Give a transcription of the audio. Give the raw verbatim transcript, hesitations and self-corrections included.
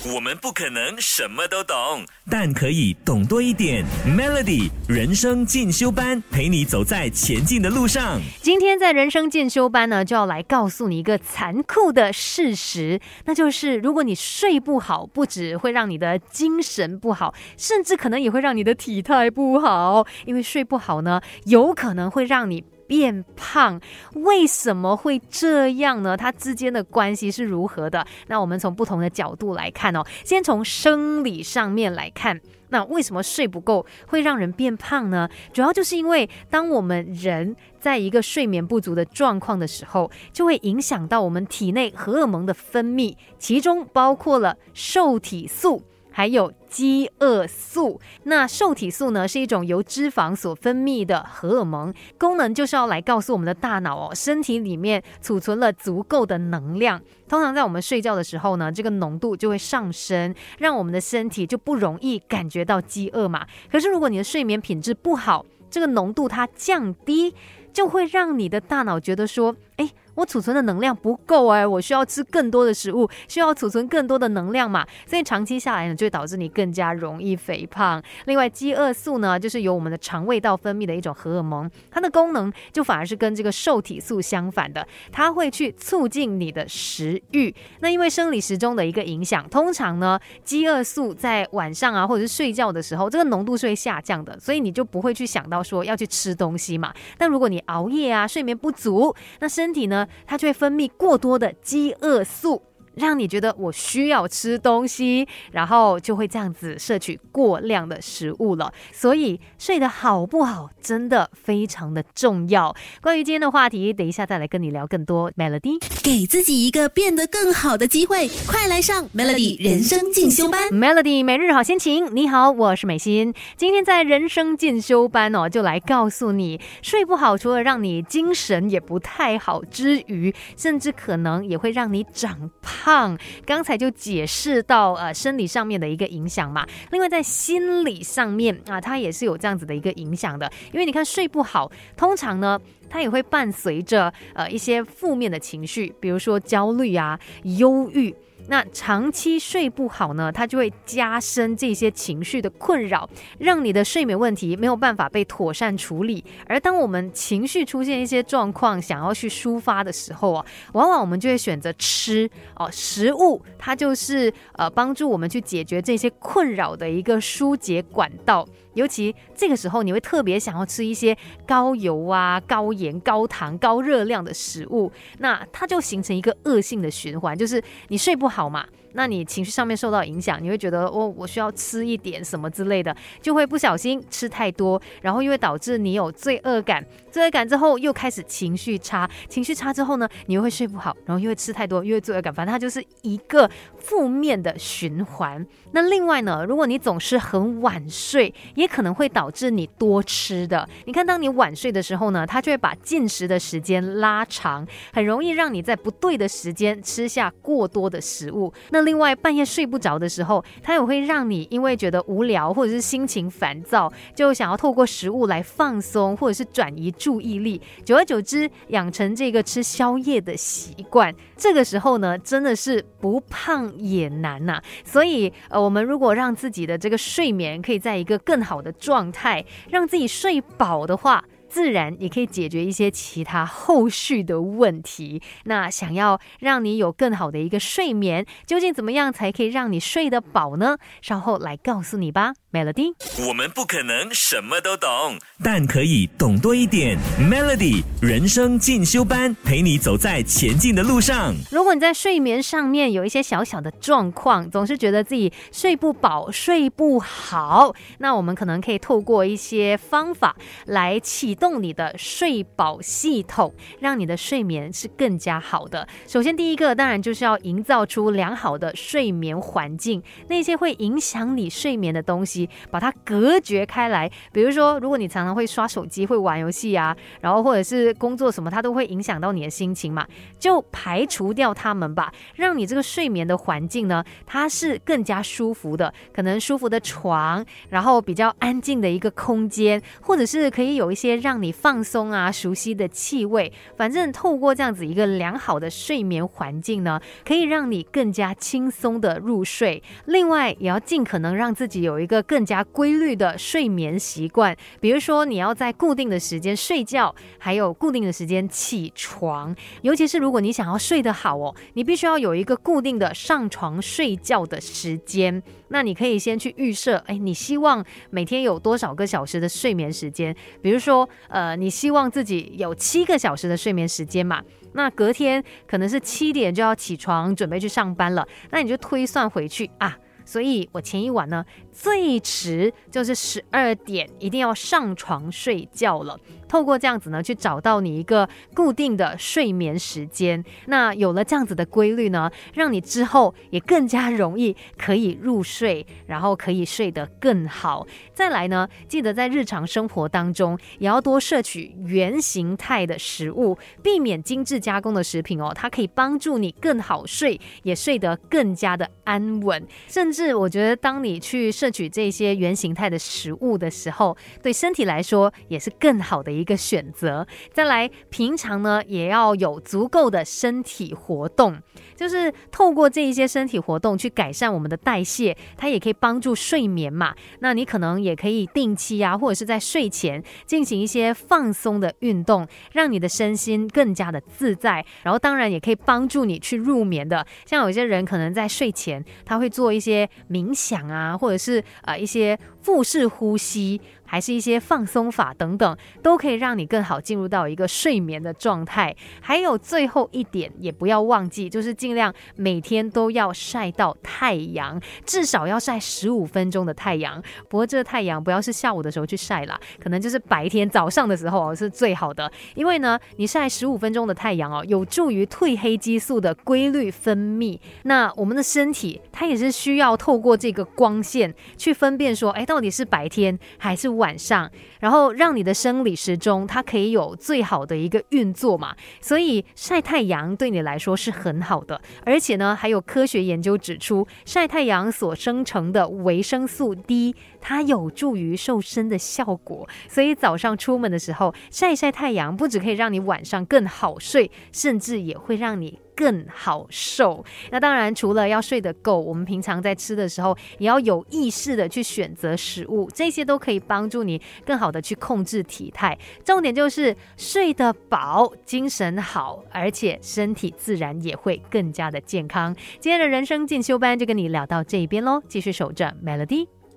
我们不可能什么都懂，但可以懂多一点。 Melody 人生进修班，陪你走在前进的路上。 今天在人生进修班呢，就要来告诉你一个残酷的事实，那就是如果你睡不好，不只会让你的精神不好，甚至可能也会让你的体态不好。因为睡不好呢，有可能会让你变胖。为什么会这样呢？它之间的关系是如何的？那我们从不同的角度来看哦。先从生理上面来看，那为什么睡不够会让人变胖呢？主要就是因为当我们人在一个睡眠不足的状况的时候，就会影响到我们体内荷尔蒙的分泌，其中包括了瘦体素还有饥饿素。那瘦体素呢，是一种由脂肪所分泌的荷尔蒙，功能就是要来告诉我们的大脑哦，身体里面储存了足够的能量。通常在我们睡觉的时候呢，这个浓度就会上升，让我们的身体就不容易感觉到饥饿嘛。可是如果你的睡眠品质不好，这个浓度它降低，就会让你的大脑觉得说，哎，我储存的能量不够哎，我需要吃更多的食物，需要储存更多的能量嘛，所以长期下来呢，就会导致你更加容易肥胖。另外，饥饿素呢，就是由我们的肠胃道分泌的一种荷尔蒙，它的功能就反而是跟这个瘦体素相反的，它会去促进你的食欲。那因为生理时钟的一个影响，通常呢，饥饿素在晚上啊，或者是睡觉的时候，这个浓度是会下降的，所以你就不会去想到说要去吃东西嘛。但如果你熬夜啊，睡眠不足，那身体呢，它就会分泌过多的饥饿素，让你觉得我需要吃东西，然后就会这样子摄取过量的食物了。所以睡得好不好真的非常的重要。关于今天的话题，等一下再来跟你聊更多。 Melody 给自己一个变得更好的机会，快来上 Melody 人生进修班。 Melody 每日好心情，你好，我是美心。今天在人生进修班哦，就来告诉你，睡不好除了让你精神也不太好之余，甚至可能也会让你长胖。刚才就解释到呃生理上面的一个影响嘛，另外在心理上面啊，它也是有这样子的一个影响的。因为你看睡不好，通常呢它也会伴随着呃一些负面的情绪，比如说焦虑啊、忧郁。那长期睡不好呢，它就会加深这些情绪的困扰，让你的睡眠问题没有办法被妥善处理。而当我们情绪出现一些状况，想要去抒发的时候啊，往往我们就会选择吃哦，食物它就是呃帮助我们去解决这些困扰的一个疏解管道。尤其这个时候，你会特别想要吃一些高油啊、高盐、高糖、高热量的食物，那它就形成一个恶性的循环，就是你睡不好嘛，那你情绪上面受到影响，你会觉得哦，我需要吃一点什么之类的，就会不小心吃太多，然后又会导致你有罪恶感，罪恶感之后又开始情绪差，情绪差之后呢，你又会睡不好，然后又会吃太多，又会罪恶感，反正它就是一个负面的循环。那另外呢，如果你总是很晚睡，也可能会导致你多吃的。你看，当你晚睡的时候呢，它就会把进食的时间拉长，很容易让你在不对的时间吃下过多的食物。那另外，半夜睡不着的时候，它也会让你因为觉得无聊或者是心情烦躁，就想要透过食物来放松或者是转移注意力，久而久之养成这个吃宵夜的习惯。这个时候呢，真的是不胖也难呐、啊。所以呃，我们如果让自己的这个睡眠可以在一个更好的状态，让自己睡饱的话，自然也可以解决一些其他后续的问题。那想要让你有更好的一个睡眠，究竟怎么样才可以让你睡得饱呢？稍后来告诉你吧。 Melody 我们不可能什么都懂，但可以懂多一点。 Melody 人生进修班，陪你走在前进的路上。 如果你在睡眠上面有一些小小的状况，总是觉得自己睡不饱、睡不好，那我们可能可以透过一些方法来启动你的睡饱系统，让你的睡眠是更加好的。首先第一个当然就是要营造出良好的睡眠环境，那些会影响你睡眠的东西把它隔绝开来。比如说如果你常常会刷手机、会玩游戏啊，然后或者是工作什么，它都会影响到你的心情嘛，就排除掉它们吧，让你这个睡眠的环境呢，它是更加舒服的，可能舒服的床，然后比较安静的一个空间，或者是可以有一些让让你放松啊，熟悉的气味，反正透过这样子一个良好的睡眠环境呢，可以让你更加轻松的入睡。另外也要尽可能让自己有一个更加规律的睡眠习惯，比如说你要在固定的时间睡觉，还有固定的时间起床。尤其是如果你想要睡得好哦，你必须要有一个固定的上床睡觉的时间。那你可以先去预设，哎，你希望每天有多少个小时的睡眠时间？比如说，呃，你希望自己有七个小时的睡眠时间嘛？那隔天可能是七点就要起床，准备去上班了，那你就推算回去啊。所以我前一晚呢，最迟就是十二点一定要上床睡觉了。透过这样子呢，去找到你一个固定的睡眠时间。那有了这样子的规律呢，让你之后也更加容易可以入睡，然后可以睡得更好。再来呢，记得在日常生活当中也要多摄取原形态的食物，避免精致加工的食品哦，它可以帮助你更好睡，也睡得更加的安稳。甚至我觉得当你去摄取这些原形态的食物的时候，对身体来说也是更好的一个选择。再来，平常呢也要有足够的身体活动，就是透过这一些身体活动去改善我们的代谢，它也可以帮助睡眠嘛。那你可能也可以定期啊，或者是在睡前进行一些放松的运动，让你的身心更加的自在，然后当然也可以帮助你去入眠的。像有些人可能在睡前他会做一些冥想啊，或者是呃一些腹式呼吸，还是一些放松法等等，都可以让你更好进入到一个睡眠的状态。还有最后一点也不要忘记，就是尽量每天都要晒到太阳，至少要晒十五分钟的太阳。不过这太阳不要是下午的时候去晒啦，可能就是白天早上的时候、哦、是最好的。因为呢，你晒十五分钟的太阳哦，有助于褪黑激素的规律分泌。那我们的身体它也是需要透过这个光线去分辨说，哎，到底是白天还是晚上，然后让你的生理时钟它可以有最好的一个运作嘛。所以晒太阳对你来说是很好的，而且呢，还有科学研究指出，晒太阳所生成的维生素 D， 它有助于瘦身的效果。所以早上出门的时候晒一晒太阳，不只可以让你晚上更好睡，甚至也会让你更好受。那当然除了要睡得够，我们平常在吃的时候也要有意识的去选择食物，这些都可以帮助你更好的去控制体态。重点就是睡得饱，精神好，而且身体自然也会更加的健康。今天的人生进修班就跟你聊到这边咯，继续守着 Melody。